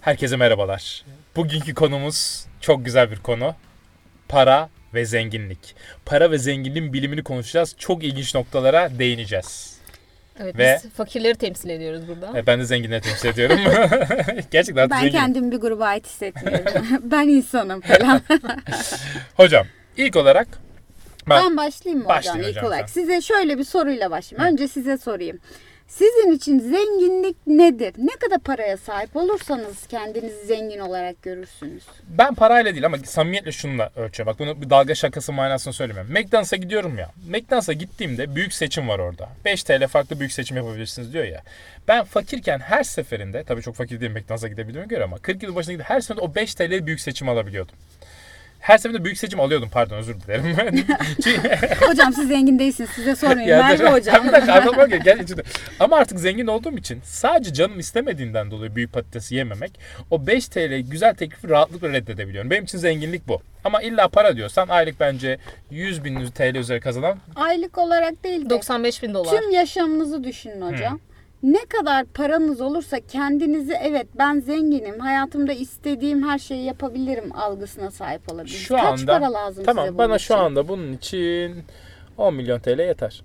Herkese merhabalar. Bugünkü konumuz çok güzel bir konu. Para ve zenginlik. Para ve zenginliğin bilimini konuşacağız. Çok ilginç noktalara değineceğiz. Evet, Ve biz fakirleri temsil ediyoruz burada. ben de zenginleri temsil ediyorum. Gerçekten artık Ben zenginim. kendimi bir gruba ait hissetmiyorum. Ben insanım falan. Hocam ilk olarak Ben başlayayım mı Başlayın hocam ilk hocam olarak? sen. Size şöyle bir soruyla başlayayım. Önce size sorayım. Sizin için zenginlik nedir? Ne kadar paraya sahip olursanız kendinizi zengin olarak görürsünüz. ben parayla değil ama samimiyetle şununla ölçüyorum. Bak bunu bir dalga şakası manasında söylemiyorum. McDonald's'a gidiyorum ya. McDonald's'a gittiğimde büyük seçim var orada. 5 TL farklı büyük seçim yapabilirsiniz diyor ya. Ben fakirken her seferinde, tabii çok fakir değilim McDonald's'a gidebildiğime göre ama 40 yıl başına gidip her seferinde o 5 TL büyük seçim alabiliyordum. Her seferinde büyük seçim alıyordum, pardon, özür dilerim. Hocam siz zengin değilsiniz. Size sormayın. Ya Merve dur, hocam. bir dakika, anlatmam gerek. Gel içinde. Ama artık zengin olduğum için sadece canım istemediğinden dolayı büyük patatesi yememek, o 5 TL güzel teklifi rahatlıkla reddedebiliyorum. Benim için zenginlik bu. Ama illa para diyorsan aylık bence 100 bin TL üzeri kazanan Aylık olarak değil de 95.000 dolar. tüm yaşamınızı düşünün hocam. Ne kadar paranız olursa kendinizi evet ben zenginim, hayatımda istediğim her şeyi yapabilirim algısına sahip olabilirsiniz. şu Kaç anda para lazım tamam size bana bunun şu için? anda bunun için 10 milyon TL yeter.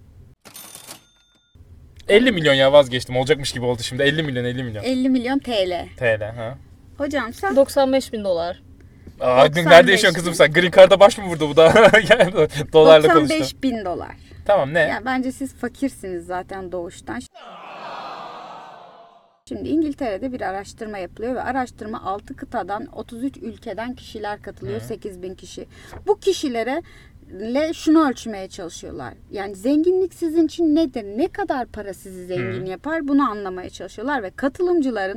50 milyon ya, vazgeçtim. Olacakmış gibi oldu şimdi. 50 milyon 50 milyon 50 milyon TL. TL ha. Hocam sen 95.000 dolar. Aa, 95 nerede yaşıyorsun kızım sen? Green Card'a baş mı vurdu bu da? Yani dolarla konuştum. 95 bin dolar. Tamam ne? Yani bence siz fakirsiniz zaten doğuştan. Şimdi İngiltere'de bir araştırma yapılıyor ve araştırma 6 kıtadan 33 ülkeden kişiler katılıyor. 8 bin kişi. Bu kişilere şunu ölçmeye çalışıyorlar. Yani zenginlik sizin için nedir? Ne kadar para sizi zengin yapar? Bunu anlamaya çalışıyorlar ve katılımcıların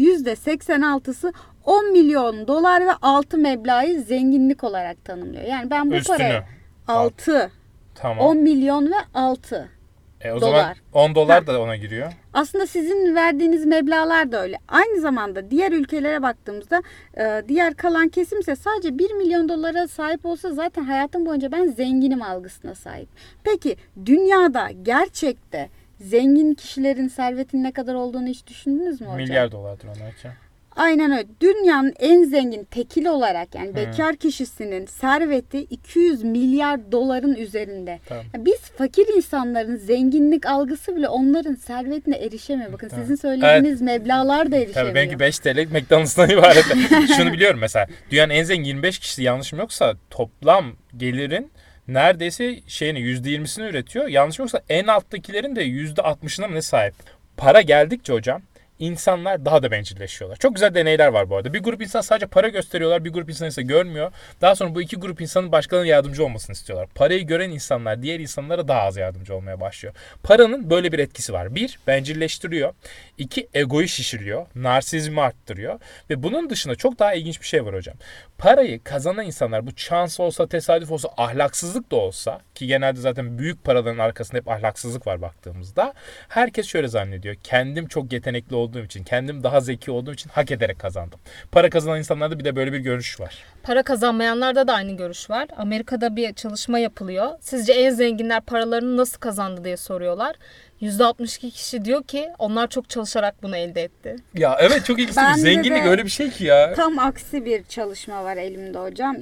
%86'sı 10 milyon dolar ve altı meblağı zenginlik olarak tanımlıyor. Yani ben bu Üstünü. parayı 6, Tamam. 10 milyon ve 6. O dolar. zaman 10 dolar da ona giriyor. Aslında sizin verdiğiniz meblağlar da öyle. Aynı zamanda diğer ülkelere baktığımızda diğer kalan kesim ise sadece 1 milyon dolara sahip olsa zaten hayatım boyunca ben zenginim algısına sahip. Peki dünyada gerçekte zengin kişilerin servetinin ne kadar olduğunu hiç düşündünüz mü hocam? Milyar dolardır onlar için. Aynen öyle. Dünyanın en zengin tekil olarak yani bekar kişisinin serveti 200 milyar doların üzerinde. Tamam. Yani biz fakir insanların zenginlik algısı bile onların servetine erişemiyor. Bakın Tamam. sizin söylediğiniz meblağlar da erişemiyor. Tabii benimki 5 TL McDonald's'tan ibaret. Şunu biliyorum mesela. Dünyanın en zengin 25 kişisi, yanlışım yoksa, toplam gelirin neredeyse %20'sini üretiyor. Yanlışım yoksa en alttakilerin de %60'ına mı ne sahip? Para geldikçe hocam İnsanlar daha da bencilleşiyorlar. Çok güzel deneyler var bu arada. Bir grup insan sadece para gösteriyorlar, bir grup insan ise görmüyor. Daha sonra bu iki grup insanın başkalarına yardımcı olmasını istiyorlar. Parayı gören insanlar diğer insanlara daha az yardımcı olmaya başlıyor. Paranın böyle bir etkisi var. 1, bencilleştiriyor. 2, egoyu şişiriyor. Narsizmi arttırıyor. Ve bunun dışında çok daha ilginç bir şey var hocam. Parayı kazanan insanlar, bu şans olsa, tesadüf olsa, ahlaksızlık da olsa, ki genelde zaten büyük paraların arkasında hep ahlaksızlık var baktığımızda, herkes şöyle zannediyor. Kendim çok yetenekli olduğum için, kendim daha zeki olduğum için hak ederek kazandım. Para kazanan insanlarda bir de böyle bir görüş var. Para kazanmayanlarda da aynı görüş var. Amerika'da bir çalışma yapılıyor. Sizce en zenginler paralarını nasıl kazandı diye soruyorlar. %62 kişi diyor ki onlar çok çalışarak bunu elde etti. Ya evet, çok ilginç. Bende Zenginlik de öyle bir şey ki ya. Tam aksi bir çalışma var elimde hocam.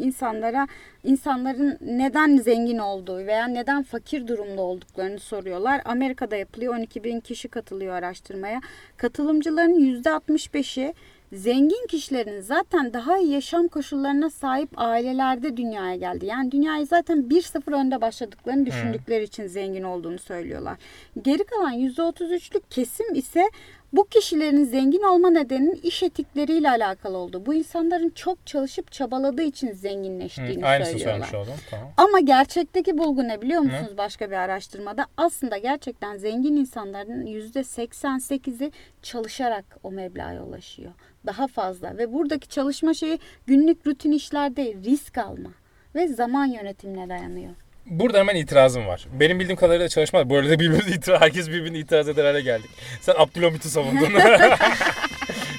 İnsanların neden zengin olduğu veya neden fakir durumda olduklarını soruyorlar. Amerika'da yapılıyor. 12 bin kişi katılıyor araştırmaya. Katılımcıların %65'i zengin kişilerin zaten daha iyi yaşam koşullarına sahip ailelerde dünyaya geldi. Yani dünyayı zaten 1-0 önde başladıklarını düşündükleri için zengin olduğunu söylüyorlar. Geri kalan %33'lük kesim ise bu kişilerin zengin olma nedeninin iş etikleriyle alakalı olduğu. Bu insanların çok çalışıp çabaladığı için zenginleştiğini Aynısını söylüyorlar. söylemiş oldum. Tamam. Ama gerçekteki bulgu ne biliyor musunuz başka bir araştırmada? Aslında gerçekten zengin insanların %88'i çalışarak o meblağa ulaşıyor. Daha fazla ve buradaki çalışma şeyi günlük rutin işler değil, risk alma ve zaman yönetimine dayanıyor. Burada hemen itirazım var. Benim bildiğim kadarıyla çalışmalar. Bu arada herkes birbirine itiraz eder hale geldik. Sen Abdülhamit'i savundun.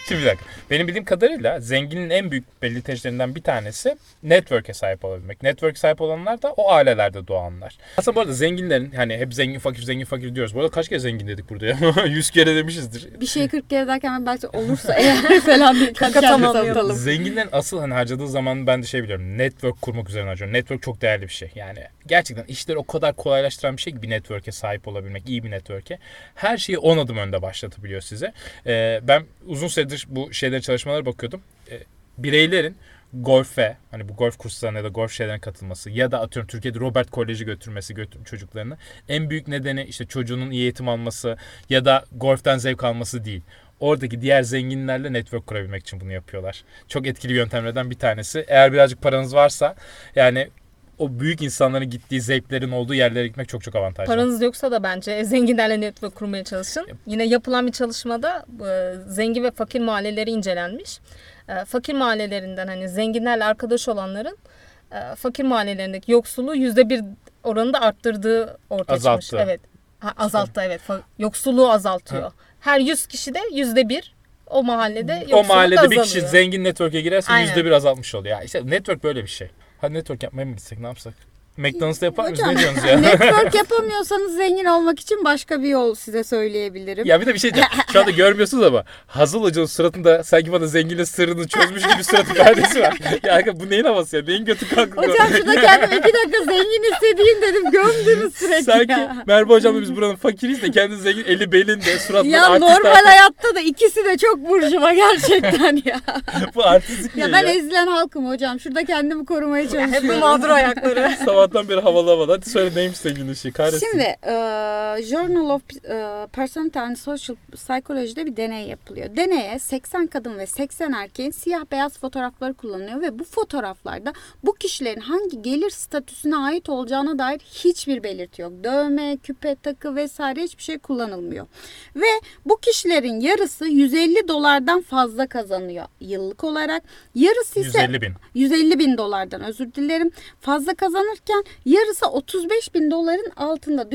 Şimdi bir dakika. Benim bildiğim kadarıyla zenginin en büyük belirtecilerinden bir tanesi network'e sahip olabilmek. Network'e sahip olanlar da o ailelerde doğanlar. Aslında bu arada zenginlerin hani hep zengin fakir diyoruz. Bu arada kaç kere zengin dedik burada ya? 100 kere demişizdir. Bir şeyi 40 kere derken ben belki olursa eğer falan diye tamamlayalım. Zenginlerin asıl hani harcadığı zaman ben de şey biliyorum. Network kurmak üzerine harcıyorum. Network çok değerli bir şey. Yani gerçekten işleri o kadar kolaylaştıran bir şey ki bir network'e sahip olabilmek, iyi bir network'e. Her şeyi 10 adım önde başlatabiliyor size. Ben uzun süredir bu şeylere çalışmalara bakıyordum. Bireylerin golfe, hani bu golf kurslarına ya da golf şeylerine katılması ya da atıyorum Türkiye'de Robert Koleji götürmesi çocuklarını en büyük nedeni işte çocuğunun iyi eğitim alması ya da golften zevk alması değil. Oradaki diğer zenginlerle network kurabilmek için bunu yapıyorlar. Çok etkili yöntemlerden bir tanesi. Eğer birazcık paranız varsa yani o büyük insanların gittiği zevklerin olduğu yerlere gitmek çok çok avantajlı. Paranız yoksa da bence zenginlerle network kurmaya çalışın. Yine yapılan bir çalışmada zengin ve fakir mahalleleri incelenmiş. Fakir mahallelerinden hani zenginlerle arkadaş olanların fakir mahallelerindeki yoksulluğu %1 oranında arttırdığı ortaya çıkmış. Azalttı. Evet. Azalttı evet. Yoksulluğu azaltıyor. Her 100 kişide %1 o mahallede yoksulluk o mahallede azalıyor. bir kişi zengin network'e girerse Aynen. %1 azaltmış oluyor. Ya işte network böyle bir şey. Hadi network yapmaya mı gitsek, ne yapsak? McDonald's'ta yapar mıyız? Hocam, Ne diyorsunuz ya? network yapamıyorsanız zengin olmak için başka bir yol size söyleyebilirim. Ya bir de bir şey diyeceğim. Şu anda görmüyorsunuz ama Hazal Hoca'nın suratında sanki bana zenginin sırrını çözmüş gibi surat ifadesi var. Ya aga bu neyin havası ya? Neyin götü kalktı? Hocam şurada kendimi 2 dakika zengin hissedeyim dedim. Gömdünüz sürekli Sanki ya. Merve Hocam'la biz buranın fakiriyiz de kendi zengin eli belinde suratları Ya artist normal artist. hayatta da ikisi de çok burjuva gerçekten ya. Bu artistik Ya ne ben ya? ezilen halkım hocam. Şurada kendimi korumaya çalışıyorum. Hep bu mağdur ayakları. Sabahtan beri havalı. Hadi söyle neymiş zengin işi? Kahretsin. Şimdi Journal of Personality and Social Psychology'de bir deney yapılıyor. Deneye 80 kadın ve 80 erkeğin siyah beyaz fotoğrafları kullanılıyor ve bu fotoğraflarda bu kişilerin hangi gelir statüsüne ait olacağına dair hiçbir belirti yok. Dövme, küpe, takı vesaire hiçbir şey kullanılmıyor. Ve bu kişilerin yarısı 150 dolardan fazla kazanıyor yıllık olarak. Yarısı ise 150 bin. 150 bin dolardan özür dilerim fazla kazanırken yarısı 35 bin doların altında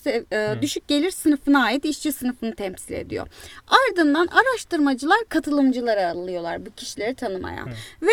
düşük gelir sınıfına ait işçi sınıfını temsil ediyor. Ardından araştırmacılar katılımcıları alıyorlar bu kişileri tanımaya. Ve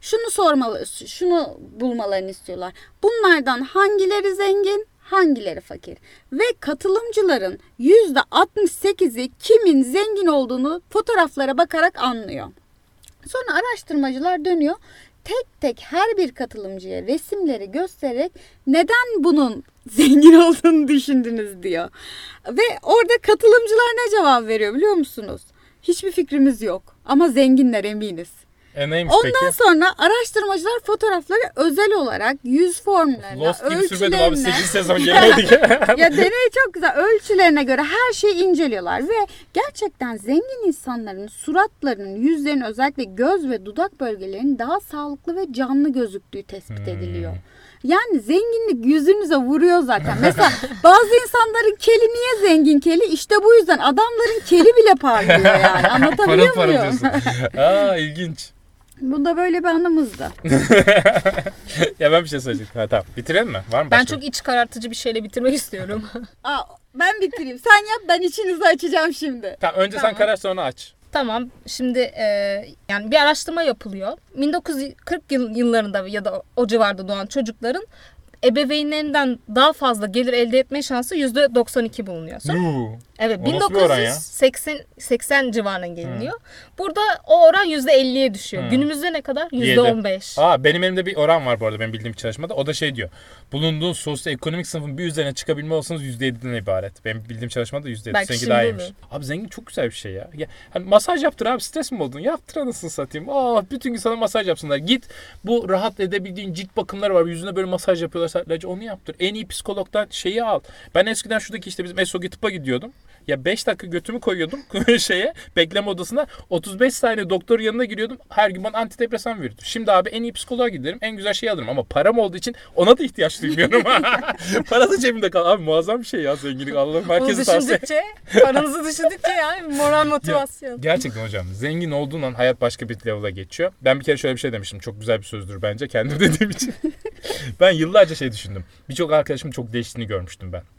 şunu bulmalarını istiyorlar. Bunlardan hangileri zengin? Hangileri fakir? Ve katılımcıların %68'i kimin zengin olduğunu fotoğraflara bakarak anlıyor. Sonra araştırmacılar dönüyor. Tek tek her bir katılımcıya resimleri göstererek neden bunun zengin olduğunu düşündünüz diyor. Ve orada katılımcılar ne cevap veriyor biliyor musunuz? Hiçbir fikrimiz yok ama zenginler eminiz. Neymiş Ondan peki? sonra araştırmacılar fotoğrafları özel olarak yüz formlarına, Lost gibi sürmedim abi, ölçülerine... 8 sezon gelemedik. Ya deney çok güzel. Ölçülerine göre her şeyi inceliyorlar ve gerçekten zengin insanların suratlarının, yüzlerinin özellikle göz ve dudak bölgelerinin daha sağlıklı ve canlı gözüktüğü tespit ediliyor. Yani zenginlik yüzünüze vuruyor zaten. Mesela bazı insanların keli niye zengin keli? İşte bu yüzden adamların keli bile parlıyor yani. Anlatabiliyor Parıl muyum? diyorsun. Aa ilginç. Bu da böyle bir anımızdı. Ya ben bir şey söyleyecektim. Ha, tamam. Bitirelim mi? Var mı Ben başka? çok iç karartıcı bir şeyle bitirmek istiyorum. Ben bitireyim. Sen yap, ben içinizi açacağım şimdi. Tamam, önce Tamam. sen karar sonra aç. Tamam. Şimdi yani bir araştırma yapılıyor. 1940 yıllarında ya da o civarda doğan çocukların ebeveynlerinden daha fazla gelir elde etme şansı %92 bulunuyor. Evet, O nasıl bir oran ya? 1980 civarına geliniyor. Burada o oran %50'ye düşüyor. Günümüzde ne kadar? %15. Benim elimde bir oran var bu arada benim bildiğim bir çalışmada. O da şey diyor. Bulunduğun sosyoekonomik sınıfın bir üzerine çıkabilme olsanız %7'den ibaret. Benim bildiğim çalışmada %7. Belki Seninki şimdi daha olur. iyiymiş. Abi zengin çok güzel bir şey ya. Hani masaj yaptır abi, stres mi oldun? Yaptır anasını satayım. Bütün gün sana masaj yapsınlar. Git bu rahat edebildiğin cilt bakımları var. Yüzüne böyle masaj yapıyorlar saatlerce, onu yaptır. En iyi psikologdan şeyi al. Ben eskiden şuradaki işte bizim Esogi tıpa gidiyordum. Ya 5 dakika götümü koyuyordum bekleme odasına. 35 saniye doktorun yanına giriyordum. Her gün bana antidepresan veriyordu. Şimdi abi en iyi psikoloğa giderim. En güzel şeyi alırım. Ama param olduğu için ona da ihtiyaç duymuyorum. Para da cebimde kal. Abi muazzam bir şey ya zenginlik. Allah'ım Onu herkese tavsiye. düşündükçe, paranızı düşündükçe yani moral motivasyon. Gerçekten hocam. Zengin olduğun an hayat başka bir level'a geçiyor. Ben bir kere şöyle bir şey demiştim. Çok güzel bir sözdür bence. Kendim dediğim için. Ben yıllarca şey düşündüm. Birçok arkadaşımın çok değiştiğini görmüştüm ben.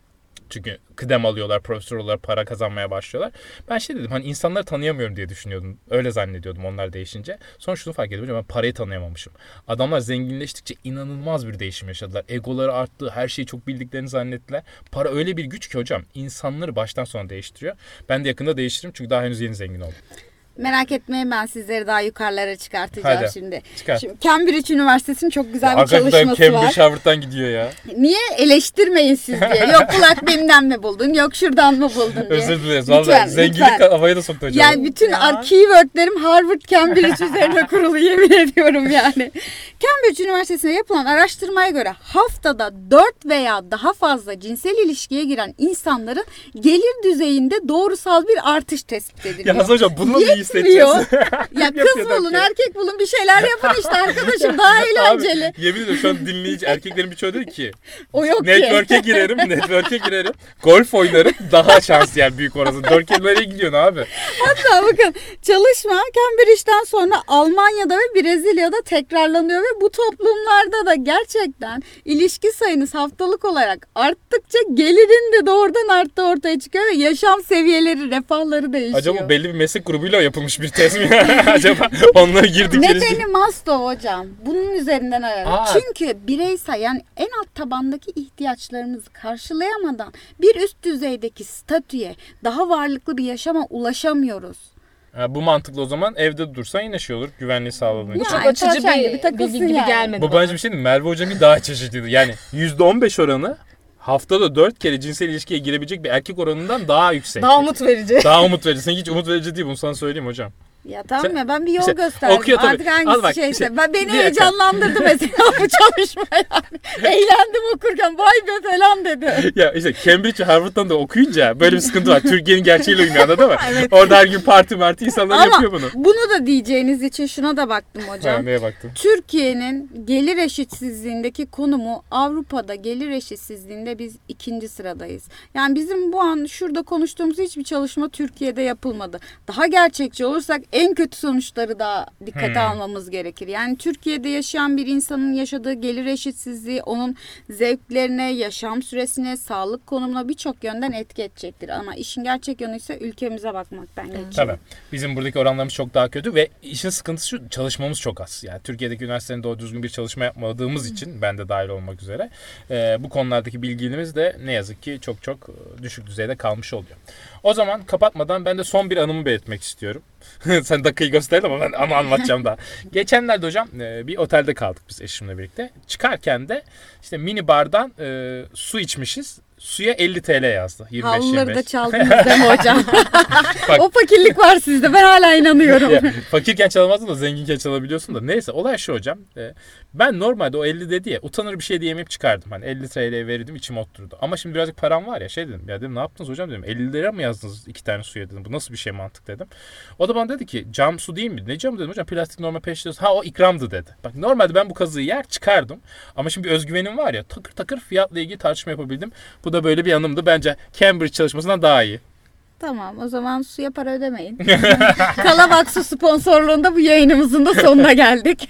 Çünkü kıdem alıyorlar, profesör olarak para kazanmaya başlıyorlar. Ben şey dedim, hani insanları tanıyamıyorum diye düşünüyordum. Öyle zannediyordum onlar değişince. Sonra şunu fark ettim, hocam ben parayı tanıyamamışım. Adamlar zenginleştikçe inanılmaz bir değişim yaşadılar. Egoları arttı, her şeyi çok bildiklerini zannettiler. Para öyle bir güç ki hocam, insanları baştan sona değiştiriyor. Ben de yakında değiştiririm çünkü daha henüz yeni zengin oldum. Merak etmeyin, ben sizleri daha yukarılara çıkartacağım Hadi, şimdi. çıkar. Şimdi Cambridge Üniversitesi'nin çok güzel bir Arkadaşlar çalışması Cambridge var. Harvard'dan gidiyor ya. Niye eleştirmeyin siz diye. Yok kulak benimden mi buldun, yok şuradan mı buldun diye. Özür dileriz. Lütfen, Vallahi zenginlik lütfen. havaya da soktu hocam. Yani bütün Ya. keywordlerim Harvard, Cambridge üzerine kurulu, yemin ediyorum yani. Cambridge Üniversitesi'nde yapılan araştırmaya göre haftada 4 veya daha fazla cinsel ilişkiye giren insanların gelir düzeyinde doğrusal bir artış tespit ediliyor. Ya hocam bunu da iyi Yetmiyor. hissedeceğiz. Ya kız bulun, erkek bulun, bir şeyler yapın işte arkadaşım, daha eğlenceli. Abi, yemin ediyorum şu an dinleyici erkeklerin birçoğu diyor ki O yok ki. network'e girerim, golf oynarım, daha şanslı yani büyük orası. 4 kez nereye gidiyorsun abi? Hatta bakın, çalışma Cambridge'den sonra Almanya'da ve Brezilya'da tekrarlanıyor ve bu toplumlarda da gerçekten ilişki sayınız haftalık olarak arttıkça gelirin de doğrudan arttığı ortaya çıkıyor ve yaşam seviyeleri, refahları değişiyor. Acaba belli bir meslek grubuyla yapılmış bir test mi? Acaba onlara girdik. Nedeni Maslow hocam. Bunun üzerinden aradım. Aa. Çünkü bireysel, yani en alt tabandaki ihtiyaçlarımızı karşılayamadan bir üst düzeydeki statüye, daha varlıklı bir yaşama ulaşamıyoruz. Ha, bu mantıklı o zaman evde dursan yine şey olur. Güvenliği sağladığın Ya, için. Çok açıcı tavşan bir gibi takılsın bilgi gibi yani. gelmedi Bu bana. bence bir şey değil mi? Merve Hocam'ın daha çeşitliydi. Yani %15 oranı haftada 4 kere cinsel ilişkiye girebilecek bir erkek oranından daha yüksek. Daha umut verici. Daha umut verici. Seninki hiç umut verici değil, bunu sana söyleyeyim hocam. Ya tamam Sen- ya, ben bir yol işte gösterdim. okuyor tabii. Artık hangisi Al bak, şeyse. işte, Ben beni bir dakika. heyecanlandırdı mesela bu çalışma yani. Eğlendim okurken, vay be falan dedi. Ya işte Cambridge ve Harvard'dan da okuyunca böyle bir sıkıntı var. Türkiye'nin gerçeğiyle uymuyor, anladın mı? Evet. Orada her gün parti insanlar Ama yapıyor bunu. bunu da diyeceğiniz için şuna da baktım Ha, hocam. neye baktın? Türkiye'nin gelir eşitsizliğindeki konumu, Avrupa'da gelir eşitsizliğinde biz 2. sıradayız. Yani bizim bu an şurada konuştuğumuz hiçbir çalışma Türkiye'de yapılmadı. Daha gerçekçi olursak en kötü sonuçları da dikkate almamız gerekir. Yani Türkiye'de yaşayan bir insanın yaşadığı gelir eşitsizliği onun zevklerine, yaşam süresine, sağlık konumuna birçok yönden etki edecektir. Ama işin gerçek yönü ise ülkemize bakmaktan geçiyor. Tabii. Bizim buradaki oranlarımız çok daha kötü ve işin sıkıntısı şu, çalışmamız çok az. Yani Türkiye'deki üniversitelerin doğru düzgün bir çalışma yapmadığımız için, ben de dahil olmak üzere, bu konulardaki bilgimiz de ne yazık ki çok çok düşük düzeyde kalmış oluyor. O zaman kapatmadan ben de son bir anımı belirtmek istiyorum. Sen dakikayı gösterdin ama ben ama anlatacağım daha. Geçenlerde hocam bir otelde kaldık biz eşimle birlikte. Çıkarken de işte mini bardan su içmişiz. Suya 50 TL yazdı. 25-25. Havluları da çaldınız değil mi hocam? Bak- O fakirlik var sizde. Ben hala inanıyorum. Ya, fakirken çalamazsın da zenginken çalabiliyorsun da. Neyse, olay şu hocam. Ben normalde o 50 dedi ya, utanır bir şey diyemeyip çıkardım. Hani 50 TL verirdim, içim oturdu. Ama şimdi birazcık param var ya, şey dedim. Ya dedim, ne yaptınız hocam dedim. 50 lira mı yazdınız 2 tane suya dedim. Bu nasıl bir şey, mantık dedim. O da bana dedi ki cam su değil mi? Ne camı dedim hocam, plastik normal pet şişesi. Ha, o ikramdı dedi. Bak normalde ben bu kazığı yer çıkardım. Ama şimdi bir özgüvenim var ya, takır takır fiyatla ilgili tartışma yapabildim. Bu da böyle bir anımdı. Bence Cambridge çalışmasından daha iyi. Tamam, o zaman suya para ödemeyin. Kalabak Su sponsorluğunda bu yayınımızın da sonuna geldik.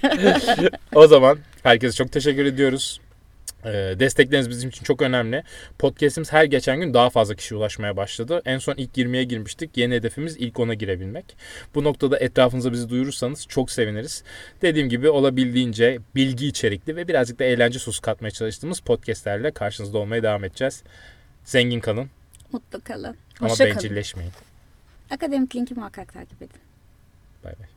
O zaman herkese çok teşekkür ediyoruz. Destekleriniz bizim için çok önemli. Podcast'imiz her geçen gün daha fazla kişiye ulaşmaya başladı. En son ilk 20'ye girmiştik. Yeni hedefimiz ilk 10'a girebilmek. Bu noktada etrafınıza bizi duyurursanız çok seviniriz. Dediğim gibi olabildiğince bilgi içerikli ve birazcık da eğlence sosu katmaya çalıştığımız podcastlerle karşınızda olmaya devam edeceğiz. Zengin kalın Mutlu kalın. ama Hoşça kalın. bencilleşmeyin. Akademik Link'i muhakkak takip edin. Bay bay.